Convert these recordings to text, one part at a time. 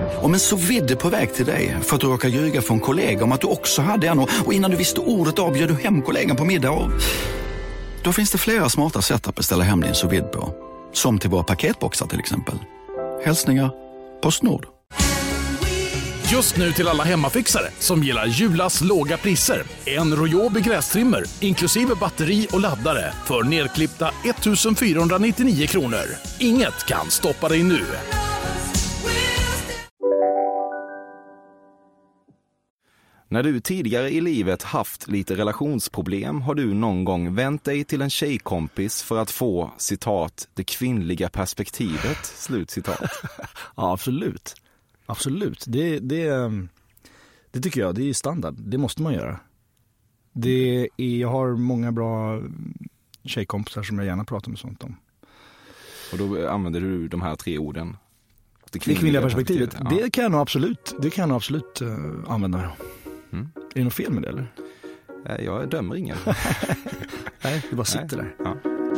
Om en sous vide på väg till dig för att du råkar ljuga för en kollega om att du också hade en och innan du visste ordet av bjöd du hem kollegan på middag och... Då finns det flera smarta sätt att beställa hem din sous vide på. Som till våra paketboxar till exempel. Hälsningar PostNord. Just nu till alla hemmafixare som gillar Julas låga priser. En Royobi grästrimmer inklusive batteri och laddare för nedklippta 1 499 kronor. Inget kan stoppa dig nu. När du tidigare i livet haft lite relationsproblem har du någon gång vänt dig till en tjejkompis för att få, citat, det kvinnliga perspektivet, slutcitat. Ja, absolut. Absolut. Det tycker jag, det är standard. Det måste man göra. Jag har många bra tjejkompisar som jag gärna pratar med sånt om. Och då använder du de här 3 orden? Det kvinnliga perspektivet. Ja. Det kan jag nog absolut använda. Mm. Är det något fel med det eller? Jag dömer ingen. Nej, det bara sitter där. Ja.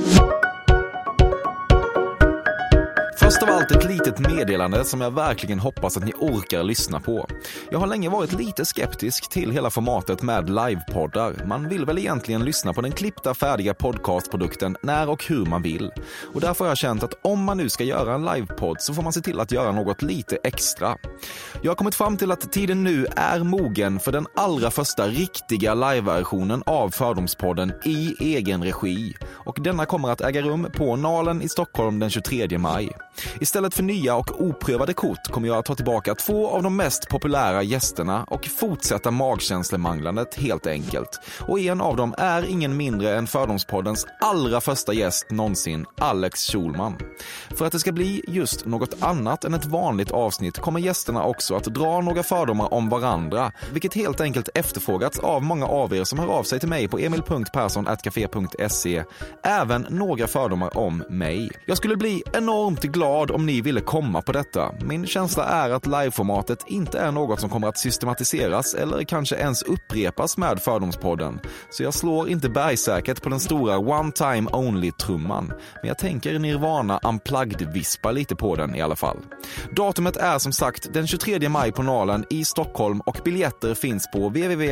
Först av allt ett litet meddelande som jag verkligen hoppas att ni orkar lyssna på. Jag har länge varit lite skeptisk till hela formatet med livepoddar. Man vill väl egentligen lyssna på den klippta färdiga podcastprodukten när och hur man vill. Och därför har jag känt att om man nu ska göra en livepodd så får man se till att göra något lite extra. Jag har kommit fram till att tiden nu är mogen för den allra första riktiga liveversionen av Fördomspodden i egen regi. Och denna kommer att äga rum på Nalen i Stockholm den 23 maj. Istället för nya och oprövade kort kommer jag att ta tillbaka 2 av de mest populära gästerna och fortsätta magkänslemanglandet helt enkelt. Och en av dem är ingen mindre än Fördomspoddens allra första gäst någonsin, Alex Schulman. För att det ska bli just något annat än ett vanligt avsnitt kommer gästerna också att dra några fördomar om varandra, vilket helt enkelt efterfrågats av många av er som hör av sig till mig på emil.persson@café.se. Även några fördomar om mig. Jag skulle bli enormt glad om ni ville komma på detta. Min känsla är att liveformatet inte är något som kommer att systematiseras eller kanske ens upprepas med Fördomspodden. Så jag slår inte bergsäkert på den stora one time only-trumman. Men jag tänker Nirvana unplugged-vispa lite på den i alla fall. Datumet är som sagt den 23 maj på Nalen i Stockholm och biljetter finns på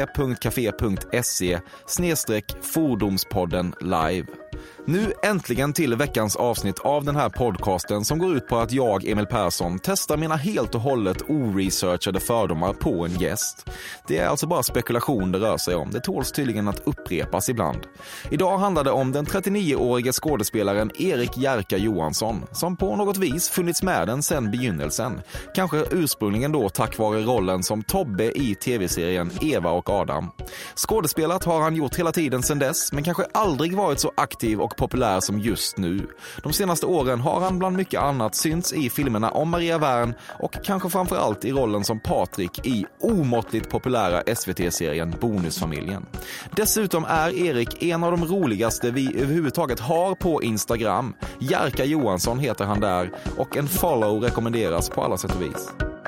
www.café.se/Fordomspodden live. Nu äntligen till veckans avsnitt av den här podcasten som går ut på att jag, Emil Persson, testar mina helt och hållet oresearchade fördomar på en gäst. Det är alltså bara spekulation det rör sig om. Det tåls tydligen att upprepas ibland. Idag handlar det om den 39-årige skådespelaren Erik Jerka Johansson som på något vis funnits med den sedan begynnelsen. Kanske ursprungligen då tack vare rollen som Tobbe i tv-serien Eva och Adam. Skådespelat har han gjort hela tiden sedan dess men kanske aldrig varit så aktiv och populär som just nu. De senaste åren har han bland mycket annat synts i filmerna om Maria Wern och kanske framförallt i rollen som Patrik i omåttligt populära SVT-serien Bonusfamiljen. Dessutom är Erik en av de roligaste vi överhuvudtaget har på Instagram. Jerka Johansson heter han där och en follow rekommenderas på alla sätt och vis.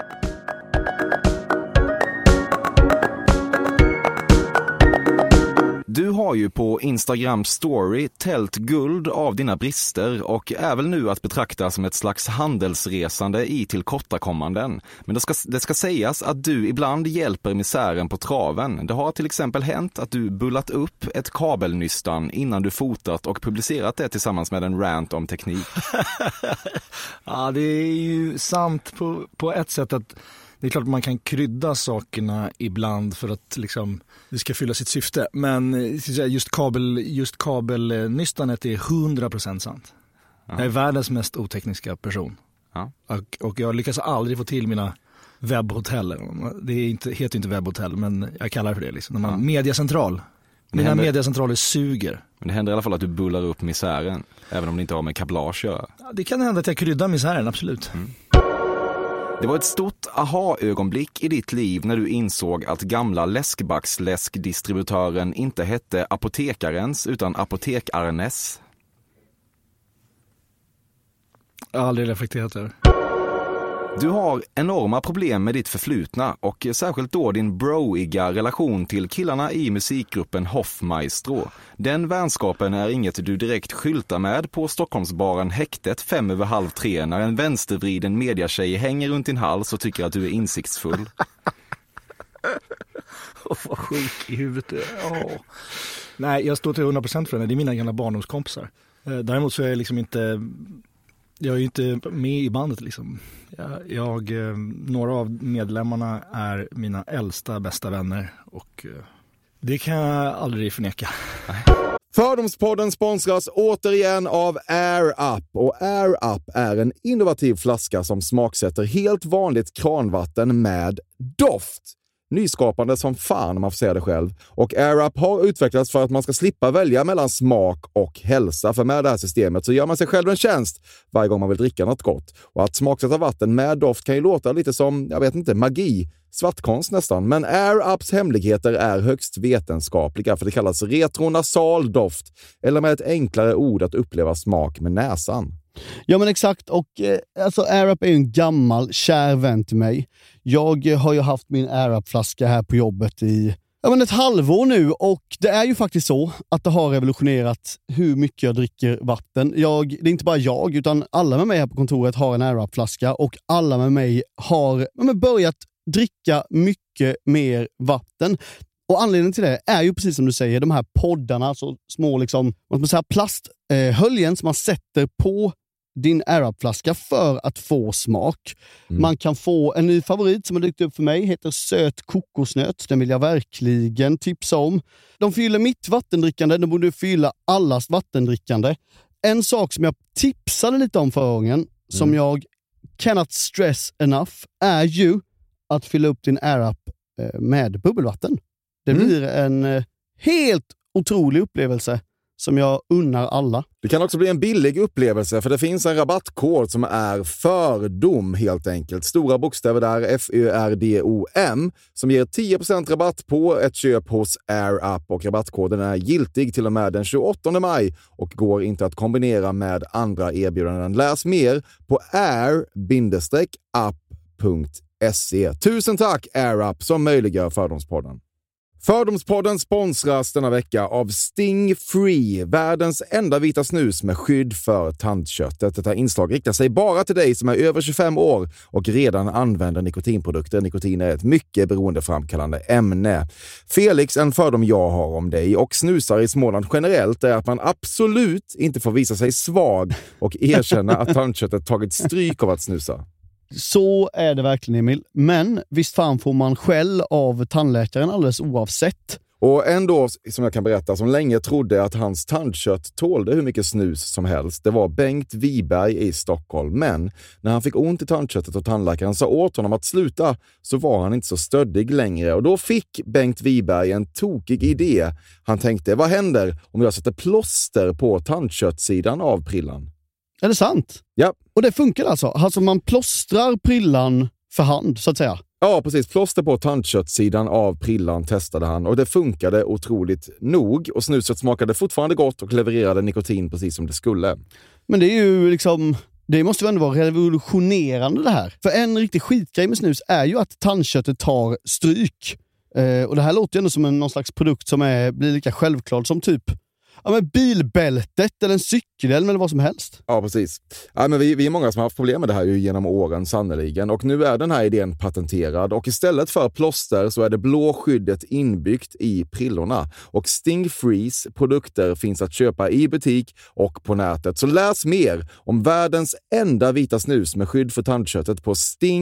Du har ju på Instagram story tält guld av dina brister och är väl nu att betrakta som ett slags handelsresande i tillkortakommanden. Men det ska sägas att du ibland hjälper misären på traven. Det har till exempel hänt att du bullat upp ett kabelnystan innan du fotat och publicerat det tillsammans med en rant om teknik. Ja, det är ju sant på ett sätt att det är klart att man kan krydda sakerna ibland för att liksom, det ska fylla sitt syfte. Men just kabelnystanet är 100% sant. Ja. Jag är världens mest otekniska person. Ja. Och jag lyckas aldrig få till mina webbhotell. Det heter inte webbhotell, men jag kallar det för det. Liksom. Mediacentral. Mina mediacentraler suger. Men det händer i alla fall att du bullar upp misären, även om det inte har med kablage att göra. Ja, det kan hända att jag kryddar misären, absolut. Mm. Det var ett stort aha-ögonblick i ditt liv när du insåg att gamla läskbacksläskdistributören inte hette Apotekarens utan Apotekarnes. Jag har aldrig reflekterat över. Du har enorma problem med ditt förflutna och särskilt då din broiga relation till killarna i musikgruppen Hoffmaestro. Den vänskapen är inget du direkt skyltar med på Stockholmsbaren Häktet 2:05 när en vänstervriden mediatjej hänger runt din hals och tycker att du är insiktsfull. Vad sjuk i huvudet du är. Nej, jag står till 100% för det. Det är mina gamla barndomskompisar. Däremot så är jag liksom inte... Jag är ju inte med i bandet liksom. Några av medlemmarna är mina äldsta bästa vänner och det kan jag aldrig förneka. Fördomspodden sponsras återigen av Air Up. Och Air Up är en innovativ flaska som smaksätter helt vanligt kranvatten med doft. Nyskapande som fan om man får säga det själv. Och Air Up har utvecklats för att man ska slippa välja mellan smak och hälsa. För med det här systemet så gör man sig själv en tjänst varje gång man vill dricka något gott. Och att smaksätta vatten med doft kan ju låta lite som, jag vet inte, magi. Svartkonst nästan. Men Air Ups hemligheter är högst vetenskapliga för det kallas retronasal doft. Eller med ett enklare ord att uppleva smak med näsan. Ja men exakt, och alltså Air Up är ju en gammal kär vän till mig. Jag har ju haft min Air Up-flaska här på jobbet i ett halvår nu och det är ju faktiskt så att det har revolutionerat hur mycket jag dricker vatten. Det är inte bara jag utan alla med mig här på kontoret har en Air Up-flaska och alla med mig har börjat dricka mycket mer vatten. Och anledningen till det är ju precis som du säger, de här poddarna, alltså små liksom, plasthöljen som man sätter på din Air Up-flaska för att få smak. Man kan få en ny favorit som har dykt upp för mig, heter söt kokosnöt. Den vill jag verkligen tipsa om. De fyller mitt vattendrickande, de borde fylla allas vattendrickande. En sak som jag tipsade lite om förra gången, som jag cannot stress enough, är ju att fylla upp din Air Up med bubbelvatten. Det blir en helt otrolig upplevelse som jag unnar alla. Det kan också bli en billig upplevelse för det finns en rabattkod som är fördom helt enkelt. Stora bokstäver där, FÖRDOM, som ger 10% rabatt på ett köp hos Air Up och rabattkoden är giltig till och med den 28 maj och går inte att kombinera med andra erbjudanden. Läs mer på air-up.se. Tusen tack Air Up som möjliggör Fördomspodden. Fördomspodden sponsras denna vecka av Sting Free, världens enda vita snus med skydd för tandköttet. Detta inslag riktar sig bara till dig som är över 25 år och redan använder nikotinprodukter. Nikotin är ett mycket beroendeframkallande ämne. Felix, en fördom jag har om dig och snusar i Småland generellt är att man absolut inte får visa sig svag och erkänna att tandköttet tagit stryk av att snusa. Så är det verkligen, Emil. Men visst fan får man skäll av tandläkaren alldeles oavsett. Och ändå, som jag kan berätta, som länge trodde att hans tandkött tålde hur mycket snus som helst. Det var Bengt Wiberg i Stockholm. Men när han fick ont i tandköttet och tandläkaren sa åt honom att sluta så var han inte så stöddig längre. Och då fick Bengt Wiberg en tokig idé. Han tänkte, vad händer om jag sätter plåster på tandköttsidan av prillan? Är det sant? Ja. Och det funkar alltså? Alltså man plåstrar prillan för hand, så att säga? Ja, precis. Plåster på tandköttsidan av prillan testade han och det funkade otroligt nog. Och snuset smakade fortfarande gott och levererade nikotin precis som det skulle. Men det är ju liksom... Det måste ju ändå vara revolutionerande det här. För en riktig skitgrej med snus är ju att tandköttet tar stryk. Och det här låter ju ändå som någon slags produkt som blir lika självklar som typ bilbältet eller en cykelhjälm eller vad som helst. Ja, precis. Ja, men vi är många som har haft problem med det här ju genom åren sannoliken. Och nu är den här idén patenterad. Och istället för plåster så är det blå skyddet inbyggt i prillorna. Och Sting Frees produkter finns att köpa i butik och på nätet. Så läs mer om världens enda vita snus med skydd för tandköttet på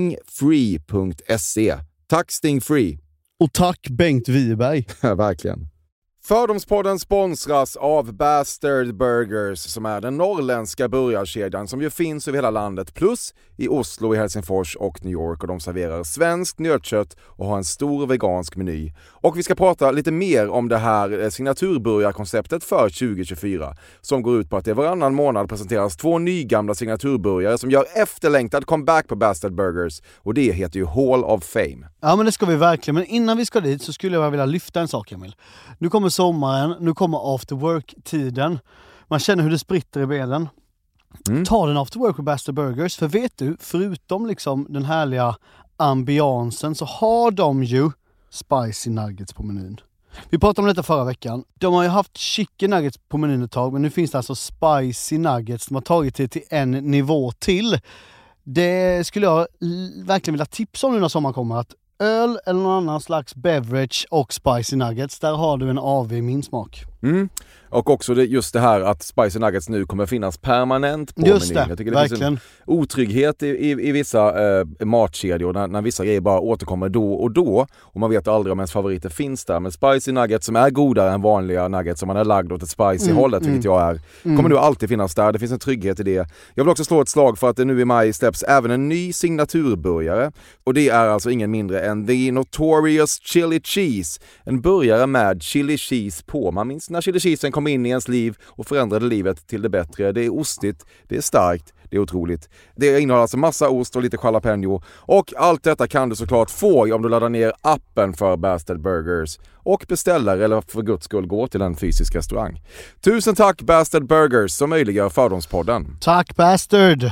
stingfree.se. Tack Sting Free! Och tack Bengt Wiberg! Verkligen. Fördomspodden sponsras av Bastard Burgers som är den norrländska burgarkedjan som ju finns över hela landet plus i Oslo, i Helsingfors och New York och de serverar svenskt nötkött och har en stor vegansk meny. Och vi ska prata lite mer om det här signaturburgarkonceptet för 2024 som går ut på att det varannan månad presenteras 2 nygamla signaturburgare som gör efterlängtad comeback på Bastard Burgers och det heter ju Hall of Fame. Ja men det ska vi verkligen, men innan vi ska dit så skulle jag vilja lyfta en sak Emil. Nu kommer sommaren, nu kommer after work-tiden. Man känner hur det spritter i benen. Ta den after work with Bastard Burgers. För vet du, förutom liksom den härliga ambiansen så har de ju spicy nuggets på menyn. Vi pratade om detta förra veckan. De har ju haft chicken nuggets på menyn ett tag, men nu finns det alltså spicy nuggets. De har tagit det till en nivå till. Det skulle jag verkligen vilja tipsa om nu när sommaren kommer, att öl eller någon annan slags beverage och spicy nuggets, där har du en AV i min smak. Och också just det här att spicy nuggets nu kommer finnas permanent på menyn. Jag tycker det verkligen. finns en otrygghet i vissa matkedjor när vissa grejer bara återkommer då och man vet aldrig om ens favoriter finns där. Men spicy nuggets som är godare än vanliga nuggets som man är lagd åt ett spicy hållet, vilket jag är, kommer nu alltid finnas där. Det finns en trygghet i det. Jag vill också slå ett slag för att det nu i maj släpps även en ny signaturburgare, och det är alltså ingen mindre än The Notorious Chili Cheese. En burgare med chili cheese på. Man minns när chili cheesen kom in i ens liv och förändrade livet till det bättre. Det är ostigt, det är starkt, det är otroligt. Det innehåller alltså massa ost och lite jalapeno. Och allt detta kan du såklart få om du laddar ner appen för Bastard Burgers och beställer, eller för guds skull gå till en fysisk restaurang. Tusen tack Bastard Burgers som möjliggör Fördomspodden. Tack Bastard!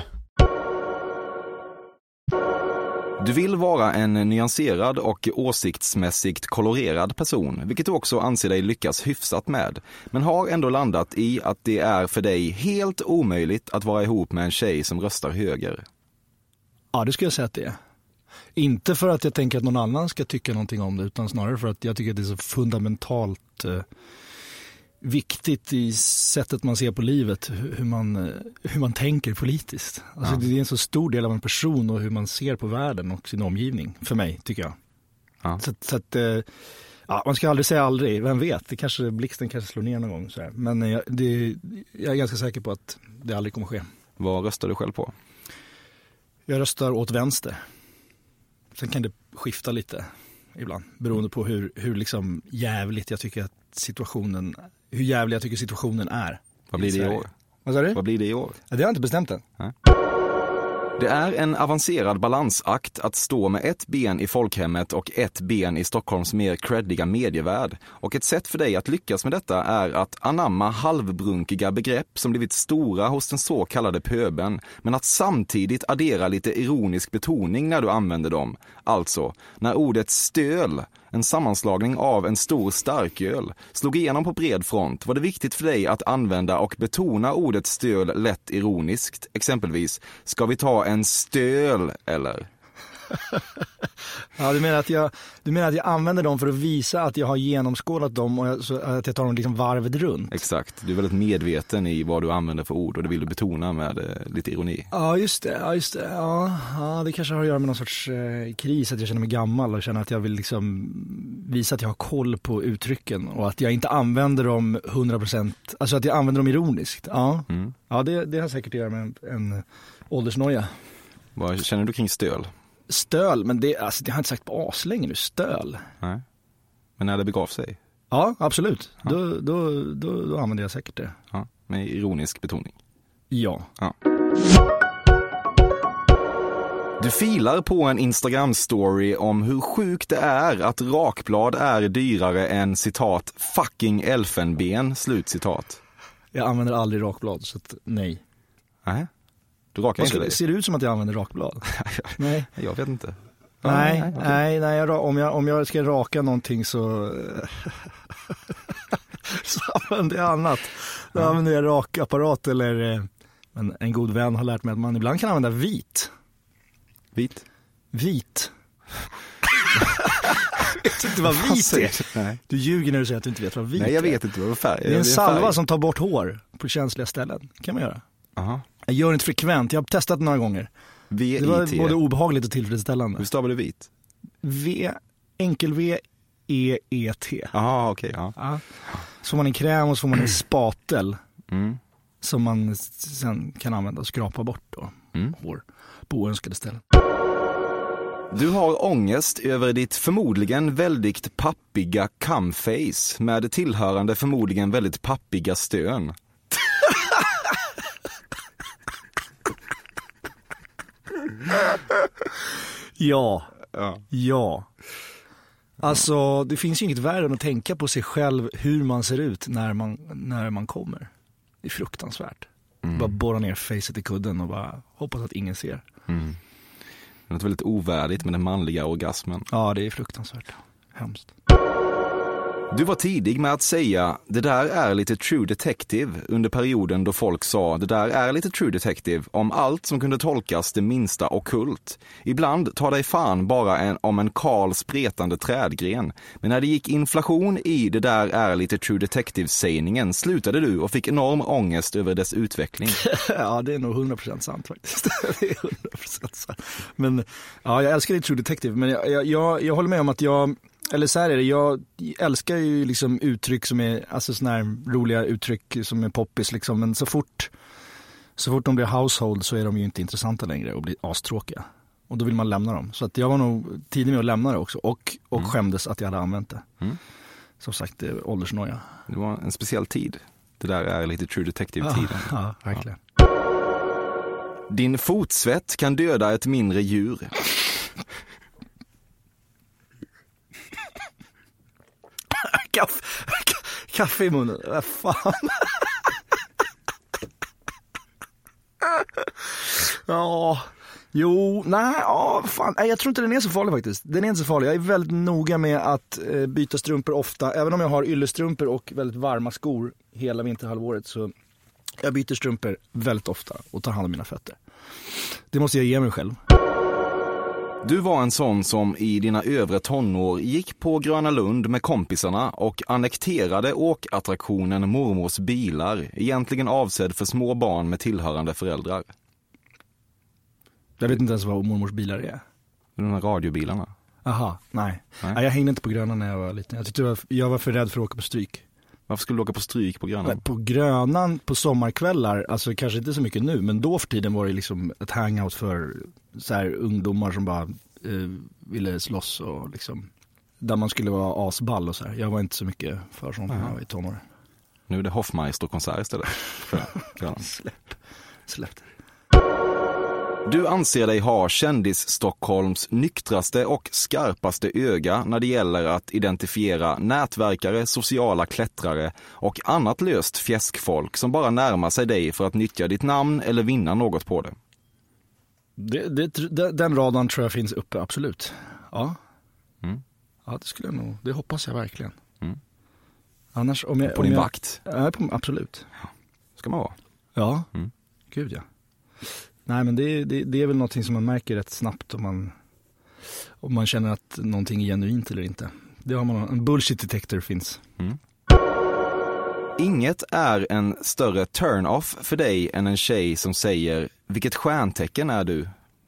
Du vill vara en nyanserad och åsiktsmässigt kolorerad person, vilket du också anser dig lyckas hyfsat med, men har ändå landat i att det är för dig helt omöjligt att vara ihop med en tjej som röstar höger. Ja, det skulle jag säga att det är. Inte för att jag tänker att någon annan ska tycka någonting om det, utan snarare för att jag tycker att det är så fundamentalt viktigt i sättet man ser på livet, hur man tänker politiskt. Alltså det är en så stor del av en person och hur man ser på världen och sin omgivning, för mig, tycker jag. Ja. Så att man ska aldrig säga aldrig, vem vet, blixten kanske slår ner någon gång. Så här. Men jag är ganska säker på att det aldrig kommer ske. Vad röstar du själv på? Jag röstar åt vänster. Sen kan det skifta lite ibland, beroende på hur liksom jävligt jag tycker att hur jävlig jag tycker situationen är. Vad blir det i år? Vad sa du? Vad blir det i år? Ja, det har jag inte bestämt än. Det är en avancerad balansakt att stå med ett ben i folkhemmet och ett ben i Stockholms mer creddiga medievärld. Och ett sätt för dig att lyckas med detta är att anamma halvbrunkiga begrepp som blivit stora hos den så kallade pöben, men att samtidigt addera lite ironisk betoning när du använder dem. Alltså, när ordet stöl, en sammanslagning av en stor starköl, slog igenom på bred front, var det viktigt för dig att använda och betona ordet stöl lätt ironiskt. Exempelvis, ska vi ta en stöl eller? Ja, du menar att jag använder dem för att visa att jag har genomskådat dem och så att jag tar dem liksom varvet runt. Exakt, du är väldigt medveten i vad du använder för ord och det vill du betona med lite ironi. Ja, just det. Ja, det kanske har att göra med någon sorts kris, att jag känner mig gammal och känner att jag vill liksom visa att jag har koll på uttrycken och att jag inte använder dem 100%, alltså att jag använder dem ironiskt. Ja, ja det har säkert att göra med en åldersnoja. Vad känner du kring stöl? Stöl, men det har jag inte sagt på aslänge nu, stöl. Nej. Men när det begav sig? Ja, absolut. Ja. Då använder jag säkert det. Ja, med ironisk betoning. Ja. Du filar på en Instagram-story om hur sjukt det är att rakblad är dyrare än citat fucking elfenben, slutcitat. Jag använder aldrig rakblad, så att nej. Nej. Du rakar inte dig? Ser det ut som att jag använder rakblad? Nej. Jag vet inte. Nej, om jag ska raka någonting så använder jag annat. Då använder jag rakapparat eller en god vän har lärt mig att man ibland kan använda vit. Vit. Jag vet inte vad vit är. Nej. Du ljuger när du säger att du inte vet vad vit är. Nej, jag vet inte vad färg är. Det är en salva som tar bort hår på känsliga ställen. Kan man göra. Aha. Jag gör det inte frekvent. Jag har testat några gånger. V-I-T. Det var både obehagligt och tillfredsställande. Hur stavar du vit? V-E-E-T. Jaha, okej. Ja. Så får man en kräm och så får man en spatel som man sen kan använda och skrapa bort då. Hår på oönskade ställen. Du har ångest över ditt förmodligen väldigt pappiga camface med tillhörande förmodligen väldigt pappiga stön. Ja. Alltså, det finns ju inget värre än att tänka på sig själv hur man ser ut när man kommer. Det är fruktansvärt. Bara borra ner facet i kudden och bara hoppas att ingen ser. Det är något väldigt ovärdigt med den manliga orgasmen. Ja, det är fruktansvärt. Hemskt. Du var tidig med att säga det där är lite True Detective under perioden då folk sa det där är lite True Detective om allt som kunde tolkas det minsta ockult. Ibland tar dig fan bara om en kal spretande trädgren. Men när det gick inflation i det där är lite True Detective-sägningen slutade du och fick enorm ångest över dess utveckling. Ja, det är nog 100% sant faktiskt. Det är 100% sant. Men ja, jag älskar det True Detective, men jag håller med om att eller så här är det, jag älskar ju liksom uttryck som är, alltså såna här roliga uttryck som är poppis liksom, men så fort de blir household så är de ju inte intressanta längre och blir astråkiga. Och då vill man lämna dem. Så att jag var nog tidig med att lämna det också och skämdes att jag hade använt det. Som sagt, det är åldersnoja. Det var en speciell tid. Det där är lite True Detective-tiden. Ja, verkligen. Din fotsvett kan döda ett mindre djur. Kaffe i munnen. Vad fan. Ja. Jo, nej, fan. Jag tror inte den är så farlig faktiskt. Den är inte så farlig. Jag är väldigt noga med att byta strumpor ofta. Även om jag har yllestrumpor och väldigt varma skor hela vinterhalvåret, så jag byter strumpor väldigt ofta och tar hand om mina fötter. Det måste jag ge mig själv. Du var en sån som i dina övre tonår gick på Gröna Lund med kompisarna och annekterade åkattraktionen mormors bilar, egentligen avsedd för små barn med tillhörande föräldrar. Jag vet inte ens vad mormors bilar är. De här radiobilarna. Aha, nej. Jag hängde inte på Gröna när jag var liten. Jag tyckte jag var för rädd för att åka på stryk. Varför skulle du åka på stryk på Grönan? På Grönan på sommarkvällar, alltså kanske inte så mycket nu, men då för tiden var det liksom ett hangout för så här ungdomar som bara ville slåss och liksom, där man skulle vara asball och så här. Jag var inte så mycket för sånt när jag var i tonår. Nu är det Hoffmeister-konsert istället. Släpp det. Du anser dig ha kändis-Stockholms nyktraste och skarpaste öga när det gäller att identifiera nätverkare, sociala klättrare och annat löst fjäskfolk som bara närmar sig dig för att nyttja ditt namn eller vinna något på det. Den radan tror jag finns uppe, absolut. Ja. Ja, det skulle jag nog, det hoppas jag verkligen. Annars på din vakt? Ja, absolut. Ska man vara? Ja, gud ja. Nej, men det är väl någonting som man märker rätt snabbt om man känner att någonting är genuint eller inte. Det har man, en bullshit detector finns. Inget är en större turn-off för dig än en tjej som säger vilket stjärntecken är du?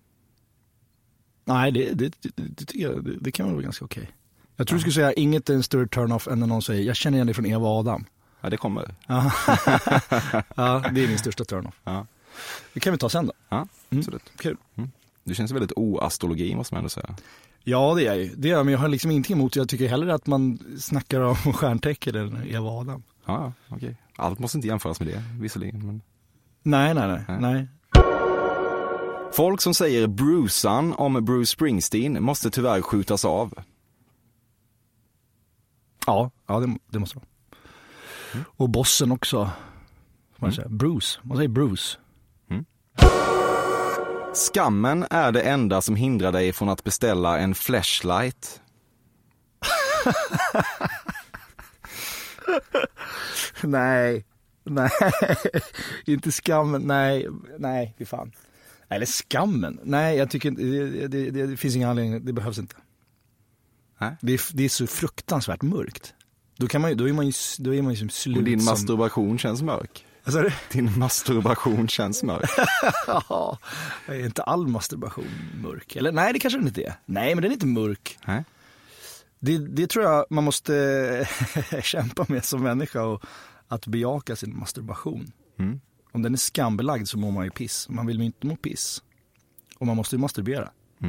Nej, det tycker jag, det kan vara ganska okej. Jag tror du skulle säga inget är en större turn-off än när någon säger jag känner igen dig från Eva och Adam. Ja, det kommer. Ja, det är min största turn-off. Ja. Det kan vi ta sen då. Ja, absolut. Kul. Du känns väldigt oastrologi, måste man ändå säga. Ja, det är ju. Det är, men jag har liksom ingenting emot. Jag tycker hellre att man snackar om stjärntecken än Eva och Adam. Ja, okej. Allt måste inte jämföras med det, visserligen. Men... Nej. Folk som säger Brucean om Bruce Springsteen måste tyvärr skjutas av. Ja, det måste vara. Och bossen också. Man säger Bruce. Man säger Bruce. Skammen är det enda som hindrar dig från att beställa en flashlight. Nej, inte skammen, nej, fy fan. Eller skammen, nej, jag tycker det finns ingen anledning, det behövs inte. Nej. Det är så fruktansvärt mörkt. Då är man ju som slut. Och din masturbation känns mörk. Alltså, din masturbation känns mörk. Ja, är inte all masturbation mörk? Eller nej, det kanske den inte är. Nej, men den är inte mörk. Nej. Det tror jag man måste kämpa med som människa, och att bejaka sin masturbation. Om den är skambelagd så mår man ju piss. Man vill ju inte må piss. Och man måste ju masturbera.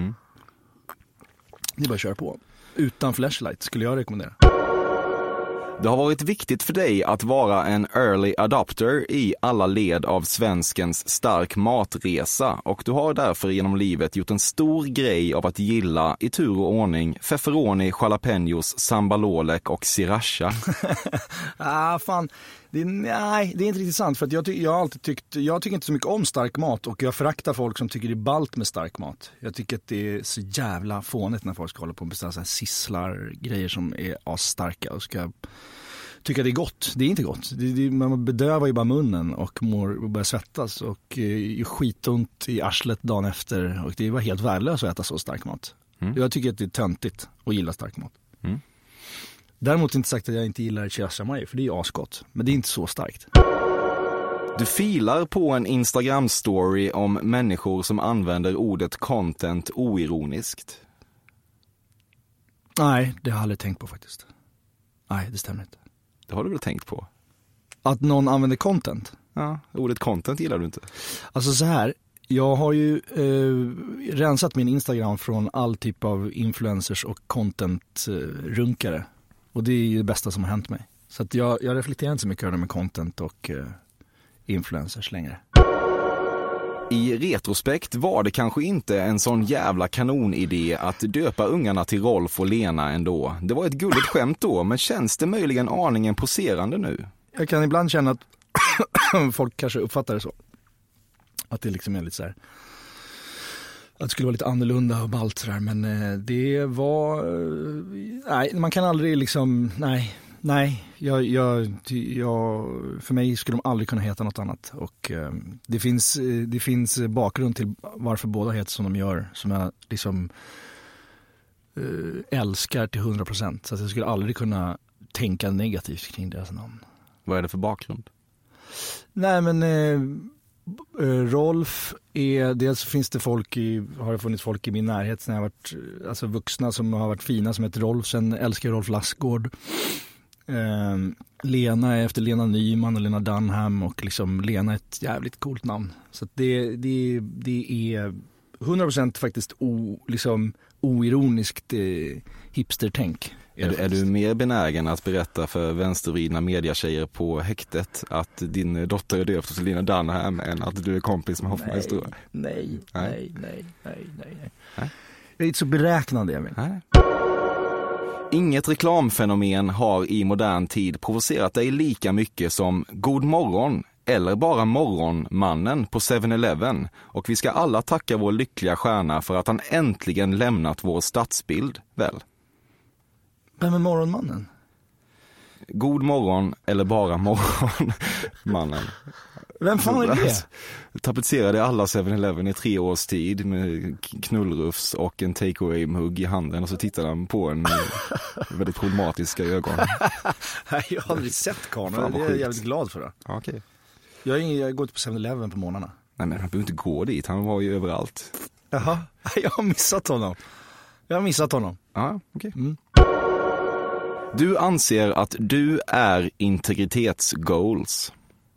Det är bara att köra på. Utan flashlight skulle jag rekommendera. Det har varit viktigt för dig att vara en early adopter i alla led av svenskens stark matresa, och du har därför genom livet gjort en stor grej av att gilla i tur och ordning pepperoni, jalapenos, sambalolek och sriracha. Fan. Nej, det är inte riktigt sant. För att jag har alltid jag tycker inte så mycket om stark mat. Och jag föraktar folk som tycker det är ballt med stark mat. Jag tycker att det är så jävla fånigt när folk ska hålla på och beställa så här sisslar, grejer som är asstarka och ska tycka det är gott. Det är inte gott. Man bedövar ju bara munnen och börjar svettas och är skitont i arslet dagen efter. Och det var helt värdelöst att äta så stark mat. Jag tycker att det är töntigt att gilla stark mat. Däremot inte sagt att jag inte gillar chashamai, för det är asgott. Men det är inte så starkt. Du filar på en Instagram-story om människor som använder ordet content oironiskt. Nej, det har jag aldrig tänkt på faktiskt. Nej, det stämmer inte. Det har du väl tänkt på? Att någon använder content? Ja, ordet content gillar du inte. Alltså så här, jag har ju rensat min Instagram från all typ av influencers och content-runkare. Och det är ju det bästa som har hänt mig. Så att jag reflekterar inte så mycket över det med content och influencers längre. I retrospekt var det kanske inte en sån jävla kanonidé att döpa ungarna till Rolf och Lena ändå. Det var ett gulligt skämt då, men känns det möjligen aningen poserande nu? Jag kan ibland känna att folk kanske uppfattar det så. Att det liksom är lite så här, att det skulle vara lite annorlunda och ballt sådär, men det var, nej, man kan aldrig liksom, nej, för mig skulle de aldrig kunna heta något annat. Och det finns bakgrund till varför båda heter som de gör, som jag liksom älskar till 100%. Så att jag skulle aldrig kunna tänka negativt kring deras namn. Vad är det för bakgrund? Nej, men Rolf är, dels finns det har det funnits folk i min närhet när jag varit, alltså vuxna som har varit fina som heter Rolf. Sen älskar jag Rolf Lassgård. Lena är efter Lena Nyman och Lena Dunham, och liksom Lena är ett jävligt coolt namn. Så att det är 100% faktiskt oironiskt hipstertänk. Är du mer benägen att berätta för vänstervridna mediatjejer på häktet att din dotter är döpt till Lena Dunham än att du är kompis med Hoffmeister? Nej. Jag är inte så beräknande, Emil. Nej. Inget reklamfenomen har i modern tid provocerat dig lika mycket som God morgon eller bara Morgonmannen på 7-Eleven, och vi ska alla tacka vår lyckliga stjärna för att han äntligen lämnat vår stadsbild, väl? Vem är Morgonmannen? God morgon eller bara Morgonmannen. Vem fan är det? Tapetserade alla 7-Eleven i 3 års tid med knullrufs och en take-away-mugg i handen, och så tittade han på en väldigt problematiska ögon. Nej, jag har aldrig sett karln. Det är jag jävligt glad för det. Ja, okej. Jag går inte på 7-Eleven på morgnarna. Nej, men han behöver inte gå dit. Han var ju överallt. Jaha, jag har missat honom. Ja, okej. Du anser att du är integritetsgoals.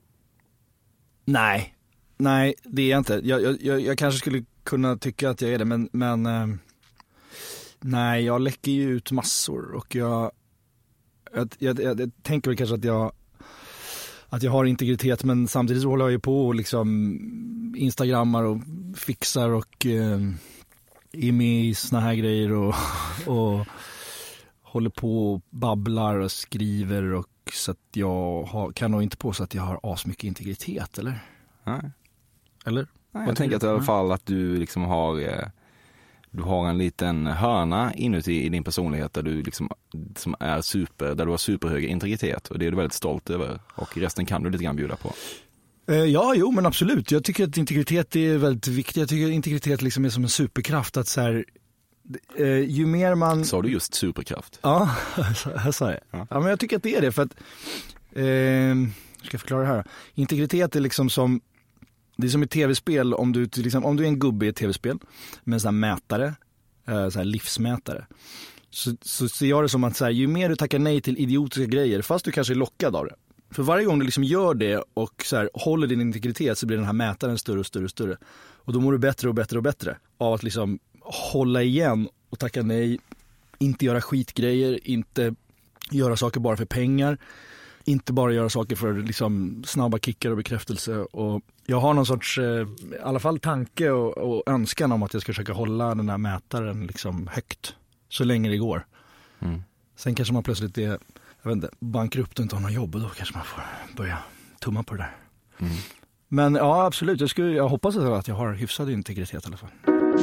Nej, det är jag inte. Jag kanske skulle kunna tycka att jag är det, men nej, jag läcker ju ut massor, och jag tänker väl kanske att jag har integritet, men samtidigt så håller jag ju på och liksom instagrammar och fixar och är med i såna här grejer och håller på och babblar och skriver, och så att jag kan nog inte påstå att jag har asmycket integritet, eller? Nej. Eller? Nej, jag tänker att i alla fall att du liksom har en liten hörna inuti i din personlighet där du liksom, som är där du har superhög integritet, och det är du väldigt stolt över, och resten kan du lite grann bjuda på. Ja, jo, men absolut. Jag tycker att integritet är väldigt viktigt. Jag tycker att integritet liksom är som en superkraft, att så här, ju mer man... Sa du just superkraft? Ja, jag sa det. Ja, men jag tycker att det är det, för att ska jag förklara det här. Integritet är liksom som, det är som ett tv-spel, om du är en gubbe i ett tv-spel med en sån här mätare, så här livsmätare, så ser jag det som att så här, ju mer du tackar nej till idiotiska grejer, fast du kanske är lockad av det, för varje gång du liksom gör det och så här, håller din integritet, så blir den här mätaren större och större och större, och då mår du bättre och bättre och bättre av att liksom hålla igen och tacka nej, inte göra skitgrejer, inte göra saker bara för pengar, inte bara göra saker för liksom snabba kickar och bekräftelse. Och jag har någon sorts i alla fall tanke och önskan om att jag ska försöka hålla den här mätaren liksom högt så länge det går. Sen kanske man plötsligt är jag vet inte, bankar upp och inte har någon jobb och då kanske man får börja tumma på det där. Men ja, absolut, jag hoppas att jag har hyfsad integritet i alla fall.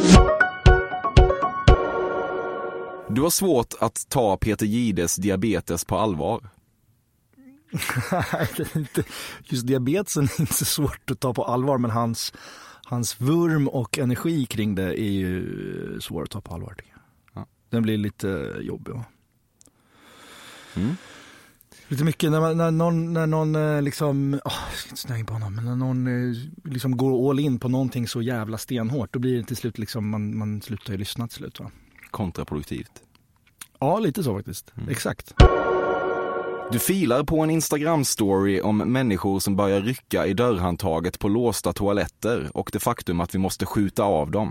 Du har svårt att ta Peter Gides diabetes på allvar. Nej, just diabetesen är inte svårt att ta på allvar, men hans vurm och energi kring det är ju svårt att ta på allvar, tycker jag. Ja. Den blir lite jobbig. Va? Lite mycket när någon liksom, jag ska inte snöa in på honom, men när någon liksom går all in på någonting så jävla stenhårt, då blir det till slut liksom, man slutar ju lyssna till slut, va? Kontraproduktivt. Ja, lite så faktiskt. Exakt. Du filar på en Instagram-story om människor som börjar rycka i dörrhandtaget på låsta toaletter och det faktum att vi måste skjuta av dem.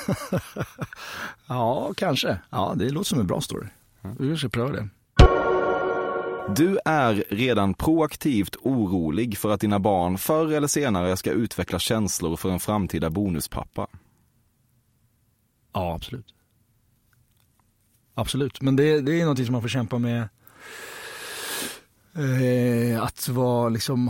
Ja, kanske. Ja, det låter som en bra story. Vi kanske pröva det. Du är redan proaktivt orolig för att dina barn förr eller senare ska utveckla känslor för en framtida bonuspappa. Ja, absolut. Absolut, men det är något som man får kämpa med. Att vara liksom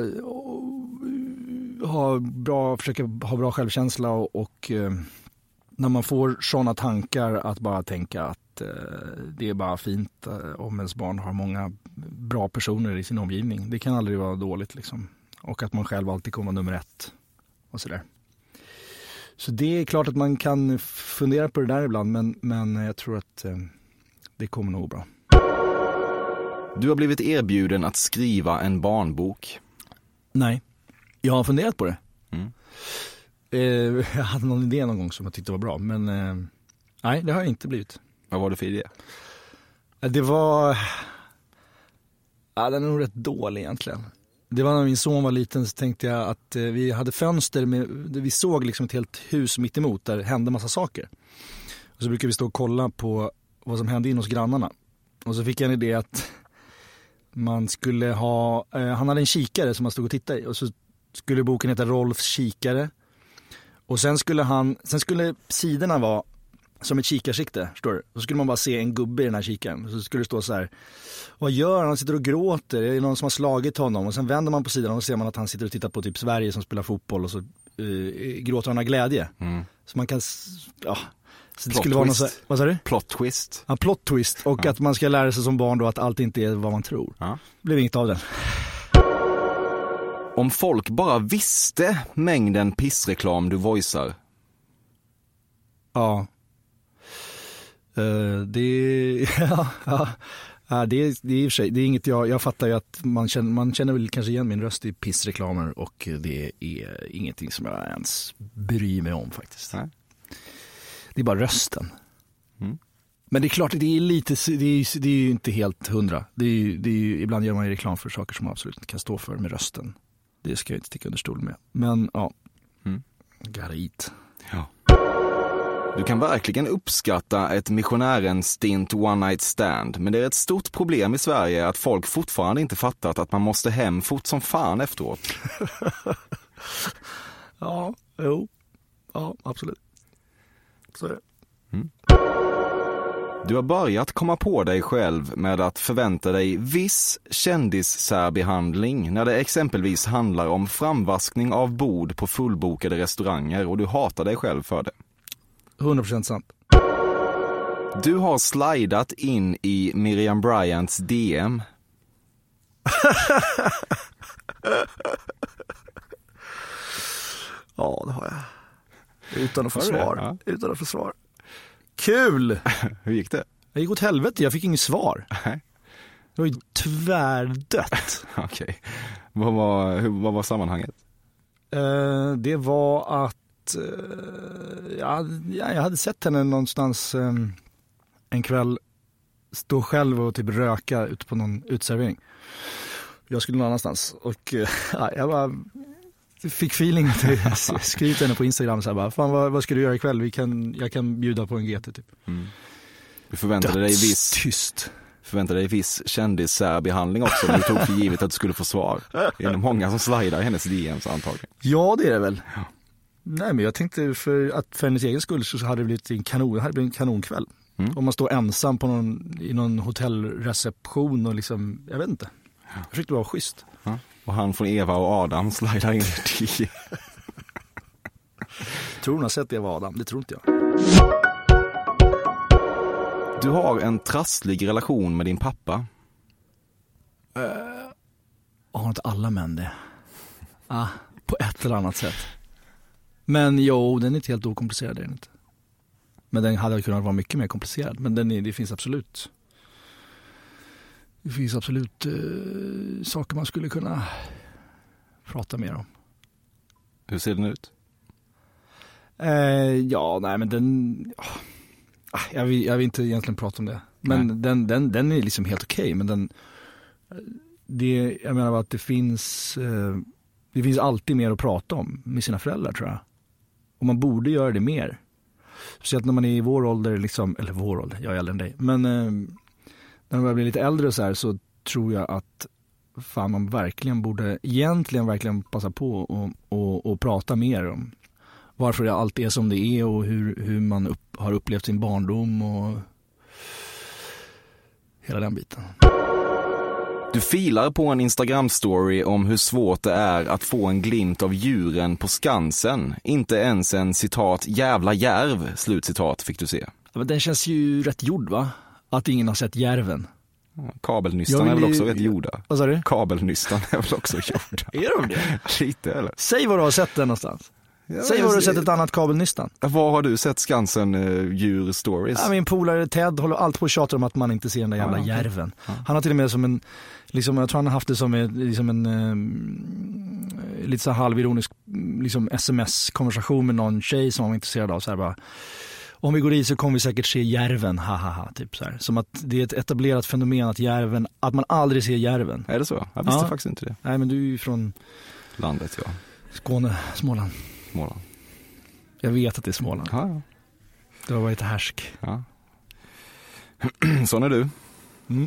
försöka ha bra självkänsla och när man får sådana tankar att bara tänka att det är bara fint om ens barn har många bra personer i sin omgivning. Det kan aldrig vara dåligt liksom. Och att man själv alltid kommer nummer 1 och sådär. Så det är klart att man kan fundera på det där ibland, men jag tror att det kommer nog bra. Du har blivit erbjuden att skriva en barnbok. Nej, jag har funderat på det. Jag hade någon idé någon gång som jag tyckte var bra, men nej, det har jag inte blivit. Vad var det för idé? Det var... Ja, den är nog rätt dålig egentligen. Det var när min son var liten, så tänkte jag att vi hade fönster vi såg liksom ett helt hus mitt emot där hände massa saker. Och så brukar vi stå och kolla på vad som hände in hos grannarna. Och så fick jag en idé att man skulle ha, han hade en kikare som man stod och tittade i, och så skulle boken heta Rolfs kikare. Och sen skulle sidorna vara som ett kikarsikte, förstår du? Så skulle man bara se en gubbe i den här kikaren. Så skulle det stå så här: vad gör han? Han sitter och gråter. Det är någon som har slagit honom. Och sen vänder man på sidan och ser man att han sitter och tittar på typ Sverige som spelar fotboll. Och så gråter han av glädje. Så man kan... Ja. Så det skulle vara någon så här, vad sa du? Plot twist. Ja, plot twist. Och att man ska lära sig som barn då att allt inte är vad man tror. Det blev inget av den. Om folk bara visste mängden pissreklam du voicear. Ja. Det är i och för sig, det är inget jag fattar ju att man känner väl kanske igen min röst i pissreklamer, och det är ingenting som jag ens bryr mig om faktiskt. Nej. Det är bara rösten. Men det är klart att det är lite, det är ju inte helt 100. Det är ju, ibland gör man ju reklam för saker som man absolut inte kan stå för med rösten. Det ska jag inte sticka under stol med. Men ja, gotta eat. Ja. Du kan verkligen uppskatta ett missionärens stint one night stand, men det är ett stort problem i Sverige att folk fortfarande inte fattat att man måste hem fort som fan efteråt. Ja, absolut. Så är det. Du har börjat komma på dig själv med att förvänta dig viss kändissärbehandling när det exempelvis handlar om framvaskning av bord på fullbokade restauranger, och du hatar dig själv för det. 100% sant. Du har slidat in i Miriam Bryants DM. Ja, det har jag. Utan att få svar. Utan att få svar. Kul! Hur gick det? Jag gick åt helvete, jag fick inget svar. Det var ju tvärdött. Okej. Vad var sammanhanget? Det var att jag hade sett henne någonstans en kväll stå själv och typ röka ute på någon utservering. Jag skulle någon annanstans, och jag bara fick feeling till skriva henne på Instagram så här bara, fan vad ska du göra ikväll? Jag kan bjuda på en GT typ. Du förväntade dig viss kändissärbehandling också, när du tog för givet att du skulle få svar. Det är många som slidar hennes DMs antagligen. Ja, det är det väl. Ja. Nej, men jag tänkte för hennes egen skull så hade det blivit en kanonkväll. Om man står ensam på i någon hotellreception och liksom, jag vet inte. Jag försökte vara schysst. Ja. Och han från Eva och Adam slidar in i Tror hon har sett Eva och Adam? Det tror inte jag. Du har en trasslig relation med din pappa. Har inte alla män det? På ett eller annat sätt. Men den är inte helt okomplicerad, är den inte. Men den hade kunnat vara mycket mer komplicerad. Men det finns absolut saker man skulle kunna prata mer om. Hur ser den ut? Jag vill inte egentligen prata om det. Men den är liksom helt okej. Men jag menar att det finns alltid mer att prata om med sina föräldrar, tror jag. Och man borde göra det mer. Speciellt när man är i vår ålder, liksom, eller vår ålder, jag är äldre än dig. Men när man börjar bli lite äldre och så tror jag att man verkligen borde verkligen passa på och prata mer om varför allt är som det är och hur man har upplevt sin barndom och hela den biten. Du filar på en Instagram-story om hur svårt det är att få en glimt av djuren på Skansen. Inte ens en citat jävla järv, slutcitat, fick du se. Ja, men den känns ju rätt gjord, va? Att ingen har sett järven. Kabelnystan är väl också rätt gjorda. Vad sa du? Kabelnystan är väl också gjorda. Är de det? Lite, eller? Säg var du har sett den någonstans. Säg var du har sett ett annat kabelnystan. Var har du sett Skansen djur-stories? Ja, min polare Ted håller allt på att tjata om att man inte ser den där jävla järven. Han har till och med som en, liksom, jag tror han har haft det som en lite så halvironisk liksom sms-konversation med någon tjej som han var intresserad av. Så här bara, om vi går dit så kommer vi säkert se järven, hahaha, typ så här. Som att det är ett etablerat fenomen att man aldrig ser järven. Är det så? Jag visste faktiskt inte det. Nej, men du är ju från landet, ja. Skåne, Småland. Jag vet att det är Småland. Ja. Det har varit härsk. Ja. Sån är du. Mm.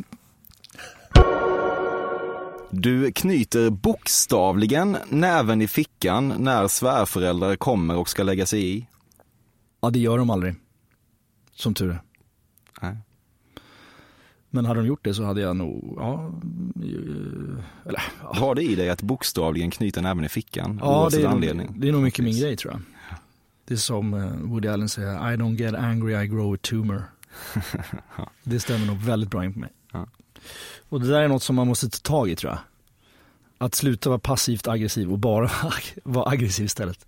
Du knyter bokstavligen näven i fickan när svärföräldrar kommer och ska lägga sig i. Ja, det gör de aldrig. Som tur är. Nej. Men hade de gjort det så hade jag nog, Har det i dig att bokstavligen knyta näven i fickan? Ja, det är nog mycket min grej, tror jag. Det är som Woody Allen säger, I don't get angry, I grow a tumor. Det stämmer nog väldigt bra in på mig. Ja. Och det där är något som man måste ta tag i, tror jag. Att sluta vara passivt aggressiv och bara vara aggressiv istället.